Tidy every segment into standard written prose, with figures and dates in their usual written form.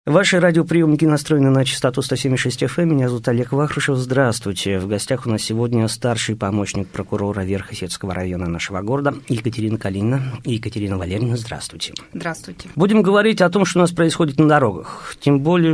Ваши радиоприемники настроены на частоту 107,6 FM. Меня зовут Олег Вахрушев. Здравствуйте. В гостях у нас сегодня старший помощник прокурора Верхесецкого района нашего города Екатерина Калинина. Екатерина Валерьевна, здравствуйте. Здравствуйте. Будем говорить о том, что у нас происходит на дорогах. Тем более,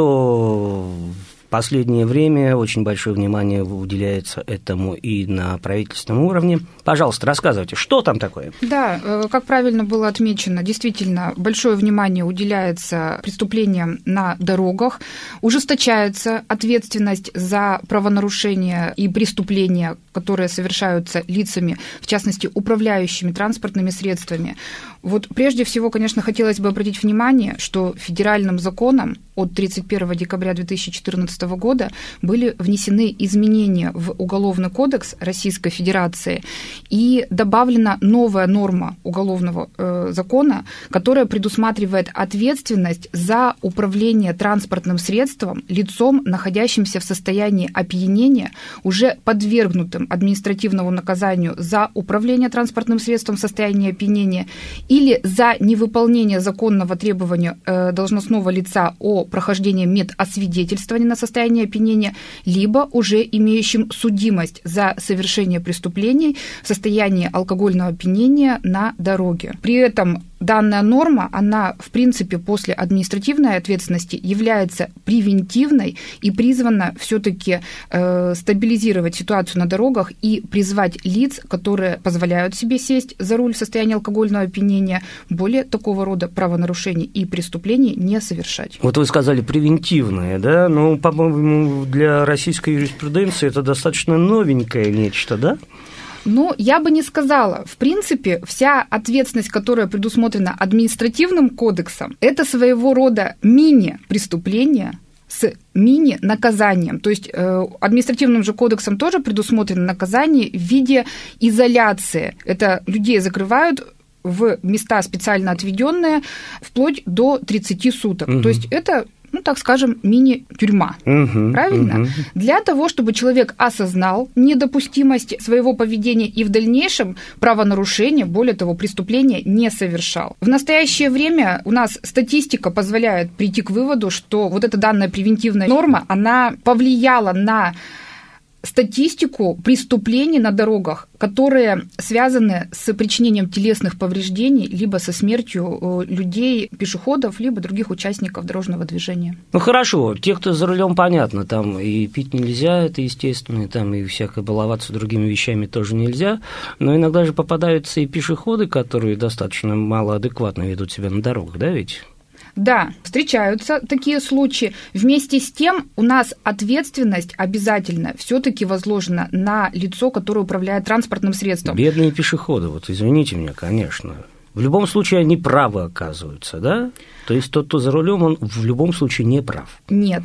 что в последнее время очень большое внимание уделяется этому и на правительственном уровне. Пожалуйста, рассказывайте, что там такое? Да, как правильно было отмечено, действительно большое внимание уделяется преступлениям на дорогах, ужесточается ответственность за правонарушения и преступления, которые совершаются лицами, в частности, управляющими транспортными средствами. Вот прежде всего, конечно, хотелось бы обратить внимание, что федеральным законом от 31 декабря 2014 года были внесены изменения в Уголовный кодекс Российской Федерации и добавлена новая норма Уголовного закона, которая предусматривает ответственность за управление транспортным средством лицом, находящимся в состоянии опьянения, уже подвергнутым административному наказанию за управление транспортным средством в состоянии опьянения или за невыполнение законного требования должностного лица о прохождении медосвидетельствования на состояние опьянения, либо уже имеющим судимость за совершение преступлений в состоянии алкогольного опьянения на дороге. При этом данная норма, она, в принципе, после административной ответственности является превентивной и призвана все-таки стабилизировать ситуацию на дорогах и призвать лиц, которые позволяют себе сесть за руль в состоянии алкогольного опьянения, более такого рода правонарушений и преступлений не совершать. Вот вы сказали превентивное, да? Ну, по-моему, для российской юриспруденции это достаточно новенькое нечто, да? Ну, я бы не сказала. В принципе, вся ответственность, которая предусмотрена административным кодексом, это своего рода мини-преступление с мини-наказанием. То есть административным же кодексом тоже предусмотрено наказание в виде изоляции. Это людей закрывают в места специально отведенные вплоть до 30 суток. То есть это, ну, так скажем, мини-тюрьма. Правильно? Для того, чтобы человек осознал недопустимость своего поведения и в дальнейшем правонарушения, более того, преступления не совершал. В настоящее время у нас статистика позволяет прийти к выводу, что вот эта данная превентивная норма, она повлияла на статистику преступлений на дорогах, которые связаны с причинением телесных повреждений либо со смертью людей, пешеходов, либо других участников дорожного движения. Ну хорошо, те, кто за рулем, понятно, там и пить нельзя, это естественно, и там и всякое баловаться другими вещами тоже нельзя, но иногда же попадаются и пешеходы, которые достаточно малоадекватно ведут себя на дорогах, да ведь? Да, встречаются такие случаи. Вместе с тем у нас ответственность обязательно все-таки возложена на лицо, которое управляет транспортным средством. Бедные пешеходы, вот извините меня, конечно. В любом случае они правы оказываются, да? То есть тот, кто за рулем, он в любом случае не прав. Нет.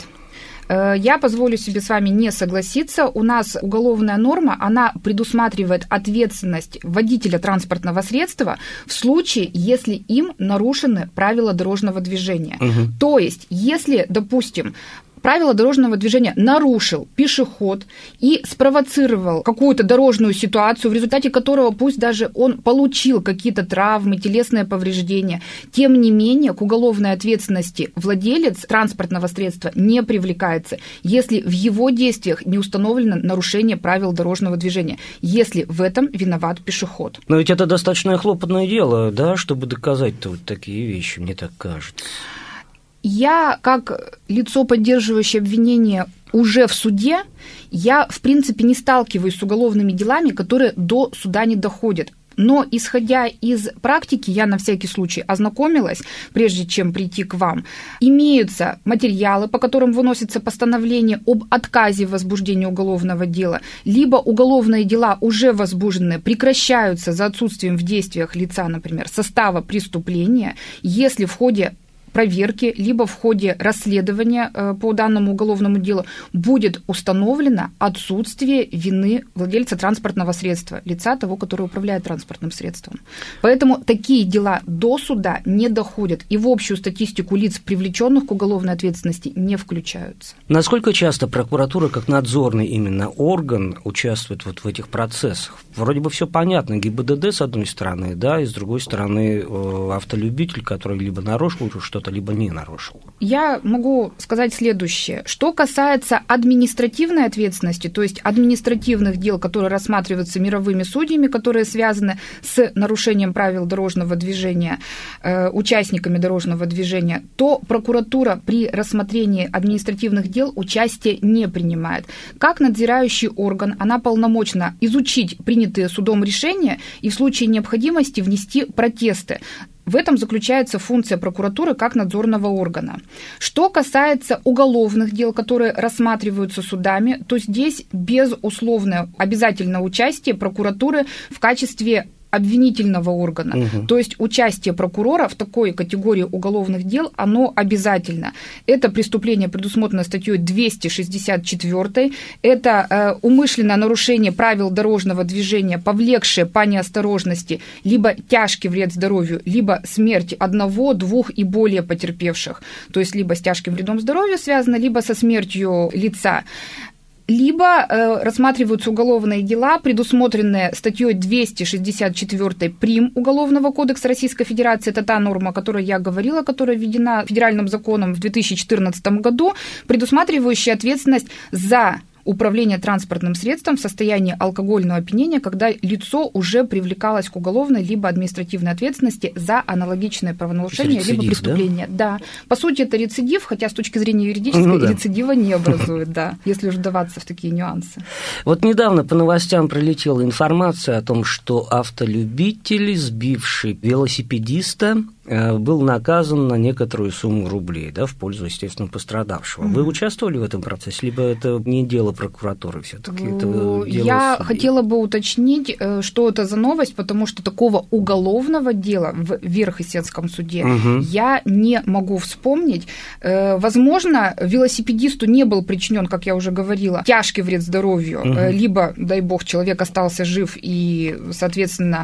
Я позволю себе с вами не согласиться. У нас уголовная норма, она предусматривает ответственность водителя транспортного средства в случае, если им нарушены правила дорожного движения. То есть, если, допустим, правила дорожного движения нарушил пешеход и спровоцировал какую-то дорожную ситуацию, в результате которого пусть даже он получил какие-то травмы, телесные повреждения, тем не менее к уголовной ответственности владелец транспортного средства не привлекается, если в его действиях не установлено нарушение правил дорожного движения, если в этом виноват пешеход. Но ведь это достаточно хлопотное дело, да, чтобы доказать-то вот такие вещи, мне так кажется. Я, как лицо, поддерживающее обвинение уже в суде, я, в принципе, не сталкиваюсь с уголовными делами, которые до суда не доходят. Но, исходя из практики, я на всякий случай ознакомилась, прежде чем прийти к вам, имеются материалы, по которым выносится постановление об отказе в возбуждении уголовного дела, либо уголовные дела уже возбуждены, прекращаются за отсутствием в действиях лица, например, состава преступления, если в ходе проверки, либо в ходе расследования по данному уголовному делу будет установлено отсутствие вины владельца транспортного средства, лица того, который управляет транспортным средством. Поэтому такие дела до суда не доходят и в общую статистику лиц, привлеченных к уголовной ответственности, не включаются. Насколько часто прокуратура, как надзорный именно орган, участвует вот в этих процессах? Вроде бы все понятно, ГИБДД с одной стороны, да, и с другой стороны автолюбитель, который либо нарушил что-то, что-то либо не нарушил. Я могу сказать следующее. Что касается административной ответственности, то есть административных дел, которые рассматриваются мировыми судьями, которые связаны с нарушением правил дорожного движения, участниками дорожного движения, то прокуратура при рассмотрении административных дел участие не принимает. Как надзирающий орган, она полномочна изучить принятые судом решения и в случае необходимости внести протесты. В этом заключается функция прокуратуры как надзорного органа. Что касается уголовных дел, которые рассматриваются судами, то здесь безусловно обязательно участие прокуратуры в качестве обвинительного органа. То есть участие прокурора в такой категории уголовных дел, оно обязательно. Это преступление предусмотрено статьей 264. Это умышленное нарушение правил дорожного движения, повлекшее по неосторожности либо тяжкий вред здоровью, либо смерть одного, двух и более потерпевших. То есть либо с тяжким вредом здоровью связано, либо со смертью лица. Либо рассматриваются уголовные дела, предусмотренные статьей 264 прим. Уголовного кодекса Российской Федерации. Это та норма, о которой я говорила, которая введена федеральным законом в 2014 году, предусматривающая ответственность за управление транспортным средством в состоянии алкогольного опьянения, когда лицо уже привлекалось к уголовной либо административной ответственности за аналогичное правонарушение рецидив, либо преступление. Да? По сути, это рецидив, хотя с точки зрения юридической рецидива не образует, да, если уж вдаваться в такие нюансы. Вот недавно по новостям пролетела информация о том, что автолюбитель, сбивший велосипедиста, был наказан на некоторую сумму рублей, да, в пользу, естественно, пострадавшего. Вы участвовали в этом процессе, либо это не дело прокуратуры все-таки? Я хотела бы уточнить, что это за новость, потому что такого уголовного дела в Верхъестецком суде я не могу вспомнить. Возможно, велосипедисту не был причинен, как я уже говорила, тяжкий вред здоровью, либо, дай бог, человек остался жив и, соответственно,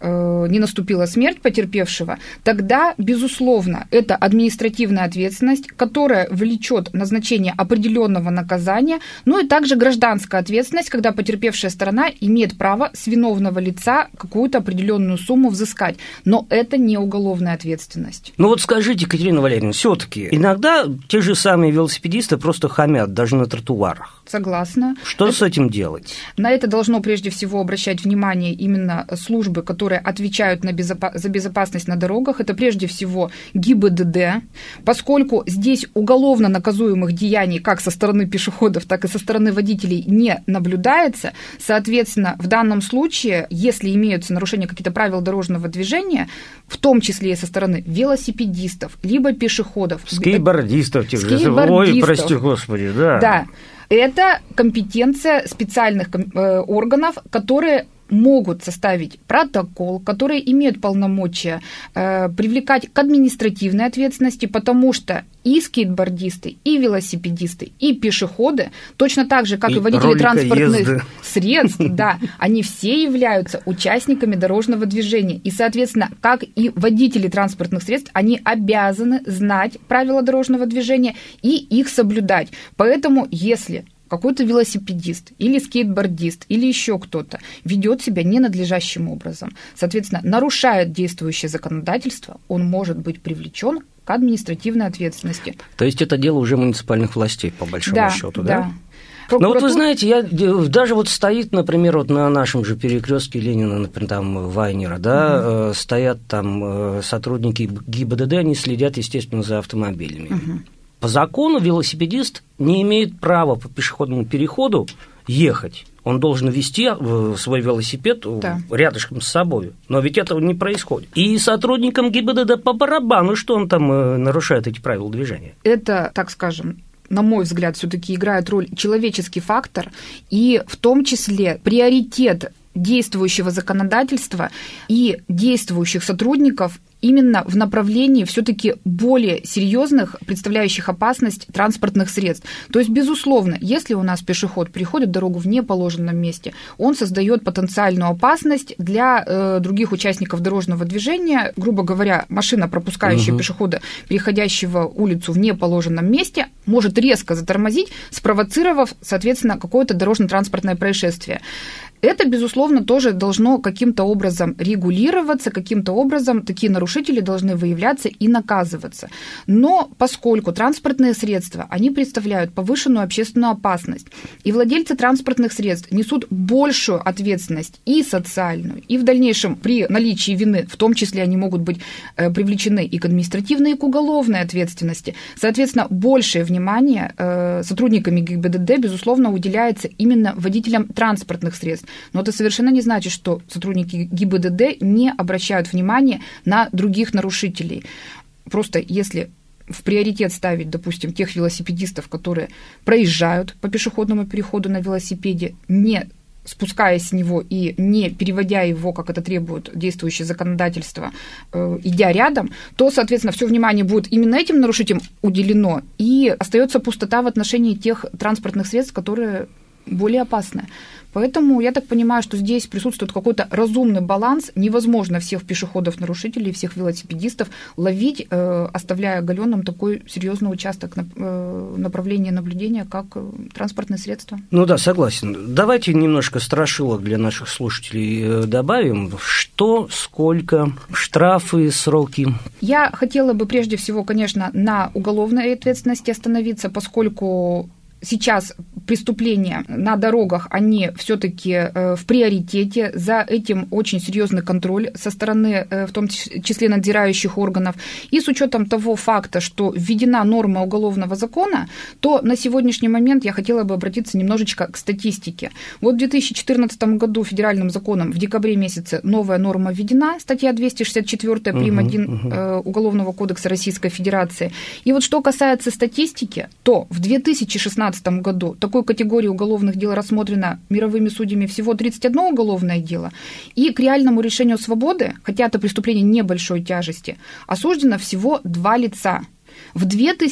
не наступила смерть потерпевшего. Тогда, безусловно, это административная ответственность, которая влечет назначение определенного наказания, ну и также гражданская ответственность, когда потерпевшая сторона имеет право с виновного лица какую-то определенную сумму взыскать. Но это не уголовная ответственность. Ну вот скажите, Екатерина Валерьевна, все-таки иногда те же самые велосипедисты просто хамят даже на тротуарах. Согласна. Что с этим делать? На это должно прежде всего обращать внимание именно службы, которые отвечают за безопасность на дорогах. Это прежде всего ГИБДД, поскольку здесь уголовно наказуемых деяний как со стороны пешеходов, так и со стороны водителей не наблюдается. Соответственно, в данном случае, если имеются нарушения каких-то правил дорожного движения, в том числе и со стороны велосипедистов, либо пешеходов. Скейтбордистов. Ой, прости господи, да. Да. Это компетенция специальных органов, которые могут составить протокол, которые имеют полномочия привлекать к административной ответственности, потому что и скейтбордисты, и велосипедисты, и пешеходы, точно так же, как и водители транспортных средств, да, они все являются участниками дорожного движения. И, соответственно, как и водители транспортных средств, они обязаны знать правила дорожного движения и их соблюдать. Поэтому, если какой-то велосипедист или скейтбордист или еще кто-то ведет себя ненадлежащим образом, соответственно, нарушает действующее законодательство, он может быть привлечен к административной ответственности. То есть это дело уже муниципальных властей, по большому счету, да? Да. Ну вот вы знаете, даже вот стоит, например, вот на нашем же перекрестке Ленина, например, там Вайнера, да, стоят там сотрудники ГИБДД, они следят, естественно, за автомобилями. По закону велосипедист не имеет права по пешеходному переходу ехать. Он должен вести свой велосипед рядышком с собой. Но ведь этого не происходит. И сотрудникам ГИБДД по барабану, что он там нарушает эти правила движения. Это, так скажем, на мой взгляд, все-таки играет роль человеческий фактор, и в том числе приоритет действующего законодательства и действующих сотрудников именно в направлении все-таки более серьезных, представляющих опасность транспортных средств. То есть, безусловно, если у нас пешеход переходит дорогу в неположенном месте, он создает потенциальную опасность для других участников дорожного движения. Грубо говоря, машина, пропускающая пешехода, переходящего улицу в неположенном месте, может резко затормозить, спровоцировав, соответственно, какое-то дорожно-транспортное происшествие. Это, безусловно, тоже должно каким-то образом регулироваться, каким-то образом такие нарушители должны выявляться и наказываться. Но поскольку транспортные средства, они представляют повышенную общественную опасность, и владельцы транспортных средств несут большую ответственность и социальную, и в дальнейшем при наличии вины, в том числе они могут быть привлечены и к административной, и к уголовной ответственности. Соответственно, большее внимание сотрудниками ГИБДД, безусловно, уделяется именно водителям транспортных средств. Но это совершенно не значит, что сотрудники ГИБДД не обращают внимания на других нарушителей. Просто если в приоритет ставить, допустим, тех велосипедистов, которые проезжают по пешеходному переходу на велосипеде, не спускаясь с него и не переводя его, как это требует действующее законодательство, идя рядом, то, соответственно, все внимание будет именно этим нарушителям уделено, и остается пустота в отношении тех транспортных средств, которые более опасны. Поэтому я так понимаю, что здесь присутствует какой-то разумный баланс. Невозможно всех пешеходов-нарушителей, всех велосипедистов ловить, оставляя оголенным такой серьезный участок направления наблюдения, как транспортные средства. Ну да, согласен. Давайте немножко страшилок для наших слушателей добавим. Что, сколько, штрафы, сроки? Я хотела бы прежде всего, конечно, на уголовной ответственности остановиться, поскольку сейчас преступления на дорогах, они все-таки в приоритете, за этим очень серьезный контроль со стороны, в том числе, надзирающих органов. И с учетом того факта, что введена норма уголовного закона, то на сегодняшний момент я хотела бы обратиться немножечко к статистике. Вот в 2014 году федеральным законом в декабре месяце новая норма введена, статья 264 прим. 1 Уголовного кодекса Российской Федерации. И вот что касается статистики, то в 2016 году такой категории уголовных дел рассмотрено мировыми судьями всего 31 уголовное дело, и к реальному решению свободы, хотя это преступление небольшой тяжести, осуждено всего 2 лица. В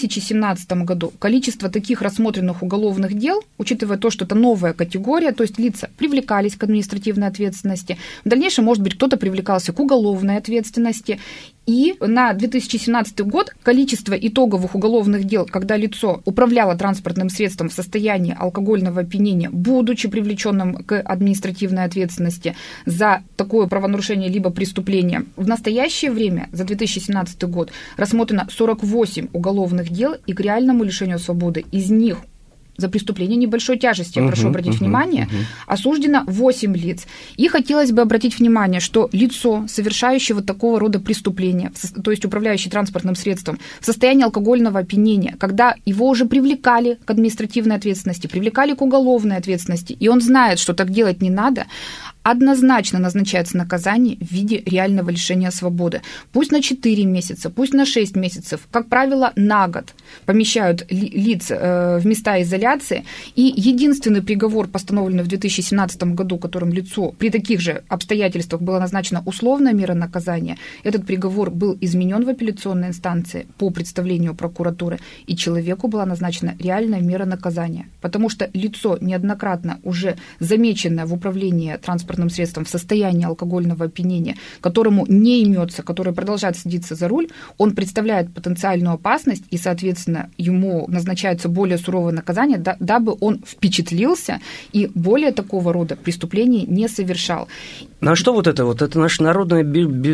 2017 году количество таких рассмотренных уголовных дел, учитывая то, что это новая категория, то есть лица привлекались к административной ответственности, в дальнейшем, может быть, кто-то привлекался к уголовной ответственности, и на 2017 год количество итоговых уголовных дел, когда лицо управляло транспортным средством в состоянии алкогольного опьянения, будучи привлеченным к административной ответственности за такое правонарушение либо преступление, в настоящее время, за 2017 год, рассмотрено 48 уголовных дел, и к реальному лишению свободы из них за преступление небольшой тяжести, я прошу обратить внимание, осуждено 8 лиц. И хотелось бы обратить внимание, что лицо, совершающее вот такого рода преступления, то есть управляющее транспортным средством, в состоянии алкогольного опьянения, когда его уже привлекали к административной ответственности, привлекали к уголовной ответственности, и он знает, что так делать не надо, однозначно назначается наказание в виде реального лишения свободы. Пусть на 4 месяца, пусть на 6 месяцев, как правило, на год помещают лиц в места изоляции. И единственный приговор, постановленный в 2017 году, которым лицу при таких же обстоятельствах была назначена условная мера наказания, этот приговор был изменен в апелляционной инстанции по представлению прокуратуры, и человеку была назначена реальная мера наказания. Потому что лицо, неоднократно уже замеченное в управлении транспортным средством в состоянии алкогольного опьянения, которому не имется, который продолжает садиться за руль, он представляет потенциальную опасность, и, соответственно, ему назначается более суровое наказание, дабы он впечатлился и более такого рода преступлений не совершал. Ну а что вот это? Вот это наша народная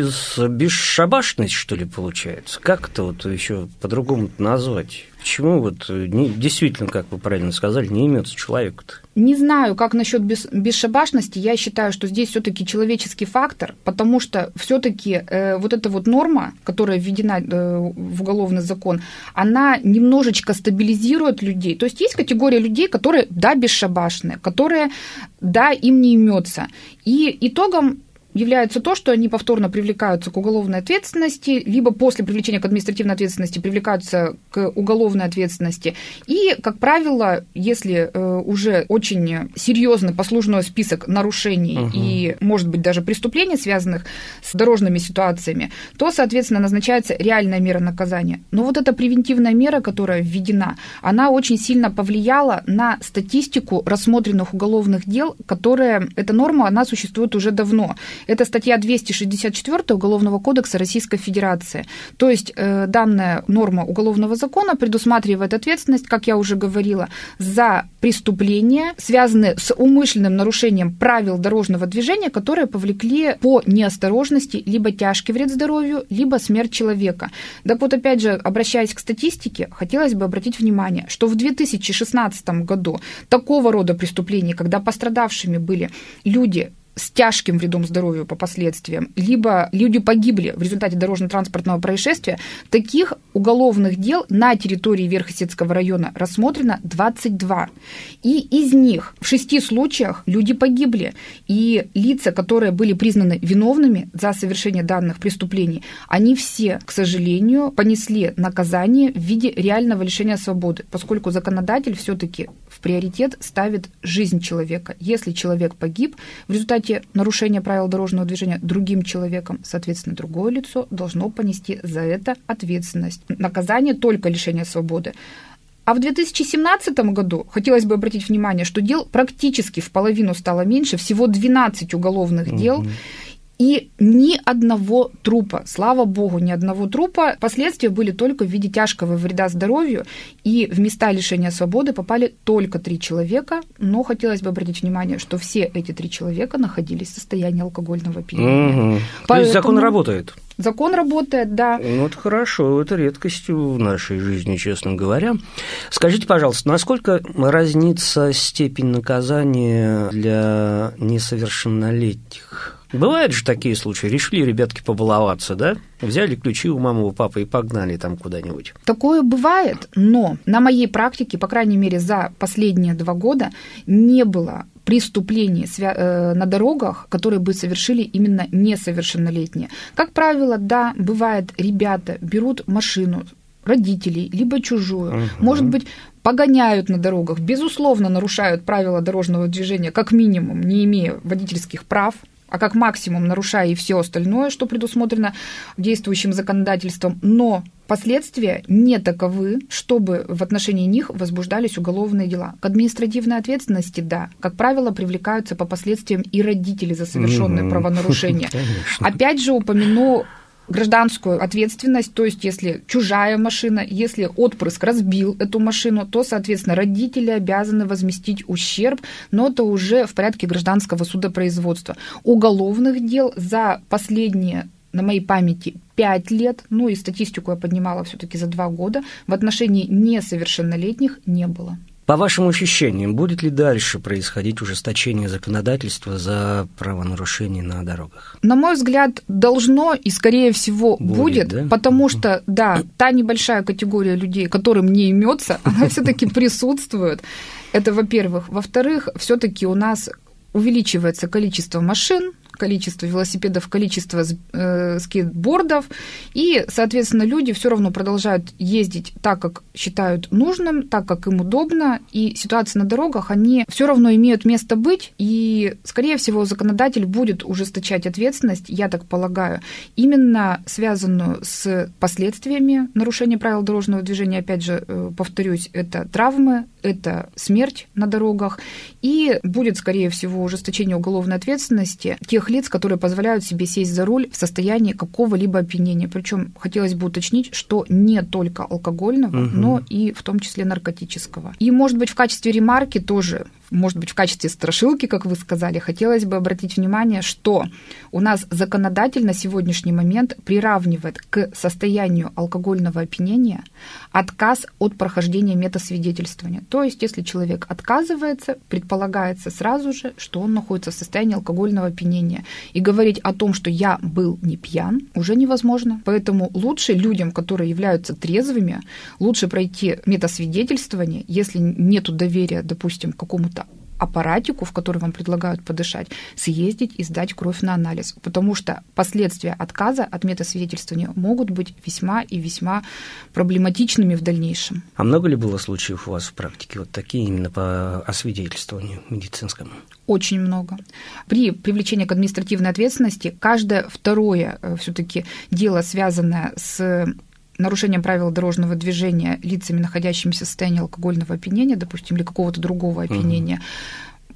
бесшабашность, что ли, получается? Как это вот еще по-другому назвать? Почему вот действительно, как вы правильно сказали, не имется человека-то? Не знаю, как насчет бесшабашности. Я считаю, что здесь все-таки человеческий фактор, потому что все-таки вот эта вот норма, которая введена в уголовный закон, она немножечко стабилизирует людей. То есть есть категория людей, которые, да, бесшабашные, которые, да, им не имется. И итогом является то, что они повторно привлекаются к уголовной ответственности, либо после привлечения к административной ответственности привлекаются к уголовной ответственности. И, как правило, если уже очень серьезный послужной список нарушений и, может быть, даже преступлений, связанных с дорожными ситуациями, то, соответственно, назначается реальная мера наказания. Но вот эта превентивная мера, которая введена, она очень сильно повлияла на статистику рассмотренных уголовных дел, эта норма, она существует уже давно. Это статья 264 Уголовного кодекса Российской Федерации. То есть данная норма уголовного закона предусматривает ответственность, как я уже говорила, за преступления, связанные с умышленным нарушением правил дорожного движения, которые повлекли по неосторожности либо тяжкий вред здоровью, либо смерть человека. Так вот, опять же, обращаясь к статистике, хотелось бы обратить внимание, что в 2016 году такого рода преступлений, когда пострадавшими были люди с тяжким вредом здоровью по последствиям, либо люди погибли в результате дорожно-транспортного происшествия, таких уголовных дел на территории Верхосецкого района рассмотрено 22. И из них в 6 случаях люди погибли. И лица, которые были признаны виновными за совершение данных преступлений, они все, к сожалению, понесли наказание в виде реального лишения свободы, поскольку законодатель все-таки в приоритет ставит жизнь человека. Если человек погиб в результате нарушения правил дорожного движения другим человеком, соответственно, другое лицо должно понести за это ответственность. Наказание только лишение свободы. А в 2017 году хотелось бы обратить внимание, что дел практически в половину стало меньше, всего 12 уголовных дел, и ни одного трупа, слава богу, ни одного трупа. Последствия были только в виде тяжкого вреда здоровью, и в места лишения свободы попали только 3 человека, но хотелось бы обратить внимание, что все эти 3 человека находились в состоянии алкогольного опьянения. То есть закон работает? Закон работает, да. Ну, это хорошо, это редкость в нашей жизни, честно говоря. Скажите, пожалуйста, насколько разнится степень наказания для несовершеннолетних? Бывают же такие случаи, решили ребятки побаловаться, да? Взяли ключи у мамы, у папы и погнали там куда-нибудь. Такое бывает, но на моей практике, по крайней мере, за последние 2 года не было преступлений на дорогах, которые бы совершили именно несовершеннолетние. Как правило, да, бывает, ребята берут машину родителей, либо чужую, может быть, погоняют на дорогах, безусловно, нарушают правила дорожного движения, как минимум, не имея водительских прав, а как максимум нарушая и все остальное, что предусмотрено действующим законодательством, но последствия не таковы, чтобы в отношении них возбуждались уголовные дела. К административной ответственности, да, как правило, привлекаются по последствиям и родители за совершенные правонарушения. Опять же, упомяну гражданскую ответственность, то есть если чужая машина, если отпрыск разбил эту машину, то, соответственно, родители обязаны возместить ущерб, но это уже в порядке гражданского судопроизводства. Уголовных дел за последние, на моей памяти, 5 лет, ну и статистику я поднимала все-таки за 2 года, в отношении несовершеннолетних не было. По вашим ощущениям, будет ли дальше происходить ужесточение законодательства за правонарушения на дорогах? На мой взгляд, должно и, скорее всего, будет, да? Потому что, да, та небольшая категория людей, которым не имется, она все-таки присутствует. Это, во-первых. Во-вторых, все-таки у нас увеличивается количество машин, количество велосипедов, количество скейтбордов, и, соответственно, люди все равно продолжают ездить так, как считают нужным, так, как им удобно, и ситуации на дорогах, они все равно имеют место быть, и, скорее всего, законодатель будет ужесточать ответственность, я так полагаю, именно связанную с последствиями нарушения правил дорожного движения, опять же, повторюсь, это травмы, это смерть на дорогах, и будет, скорее всего, ужесточение уголовной ответственности тех лиц, которые позволяют себе сесть за руль в состоянии какого-либо опьянения. Причем хотелось бы уточнить, что не только алкогольного, но и в том числе наркотического. И, может быть, в качестве ремарки тоже, может быть, в качестве страшилки, как вы сказали, хотелось бы обратить внимание, что у нас законодатель на сегодняшний момент приравнивает к состоянию алкогольного опьянения отказ от прохождения метасвидетельствования. То есть, если человек отказывается, предполагается сразу же, что он находится в состоянии алкогольного опьянения. И говорить о том, что я был не пьян, уже невозможно. Поэтому лучше людям, которые являются трезвыми, лучше пройти метасвидетельствование, если нету доверия, допустим, к какому-то аппаратику, в который вам предлагают подышать, съездить и сдать кровь на анализ, потому что последствия отказа от метасвидетельствования могут быть весьма и весьма проблематичными в дальнейшем. А много ли было случаев у вас в практике вот такие именно по освидетельствованию медицинскому? Очень много. При привлечении к административной ответственности каждое второе все-таки дело, связанное с нарушением правил дорожного движения лицами, находящимися в состоянии алкогольного опьянения, допустим, или какого-то другого опьянения,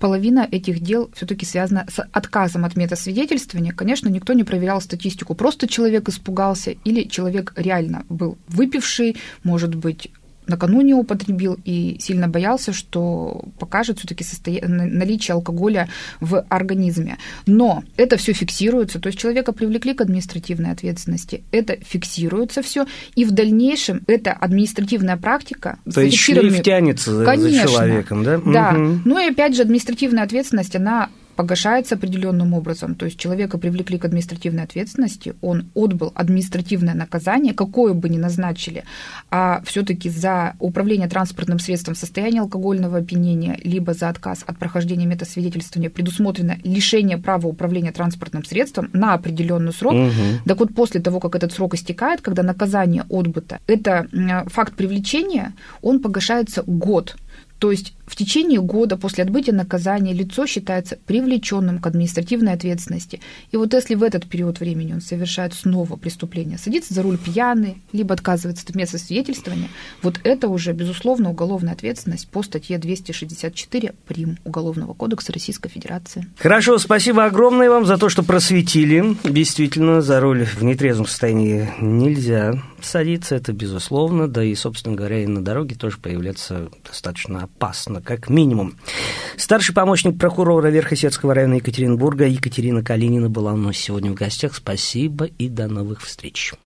половина этих дел все-таки связана с отказом от метасвидетельствования. Конечно, никто не проверял статистику. Просто человек испугался или человек реально был выпивший, может быть, накануне употребил и сильно боялся, что покажет все-таки наличие алкоголя в организме. Но это все фиксируется, то есть человека привлекли к административной ответственности, это фиксируется все, и в дальнейшем эта административная практика... То есть шлейф тянется за человеком, да? Да. Угу. Ну и опять же, административная ответственность, она погашается определенным образом. То есть человека привлекли к административной ответственности, он отбыл административное наказание, какое бы ни назначили, а все-таки за управление транспортным средством в состоянии алкогольного опьянения, либо за отказ от прохождения метасвидетельствования предусмотрено лишение права управления транспортным средством на определенный срок. Угу. Так вот, после того, как этот срок истекает, когда наказание отбыто, это факт привлечения, он погашается год. То есть в течение года после отбытия наказания лицо считается привлеченным к административной ответственности. И вот если в этот период времени он совершает снова преступление, садится за руль пьяный, либо отказывается от метасвидетельствования, вот это уже, безусловно, уголовная ответственность по статье 264 прим. Уголовного кодекса Российской Федерации. Хорошо, спасибо огромное вам за то, что просветили. Действительно, за руль в нетрезвом состоянии нельзя садиться, это безусловно, да и, собственно говоря, и на дороге тоже появляться достаточно опасно, как минимум. Старший помощник прокурора Верхесецкого района Екатеринбурга Екатерина Калинина была у нас сегодня в гостях. Спасибо и до новых встреч.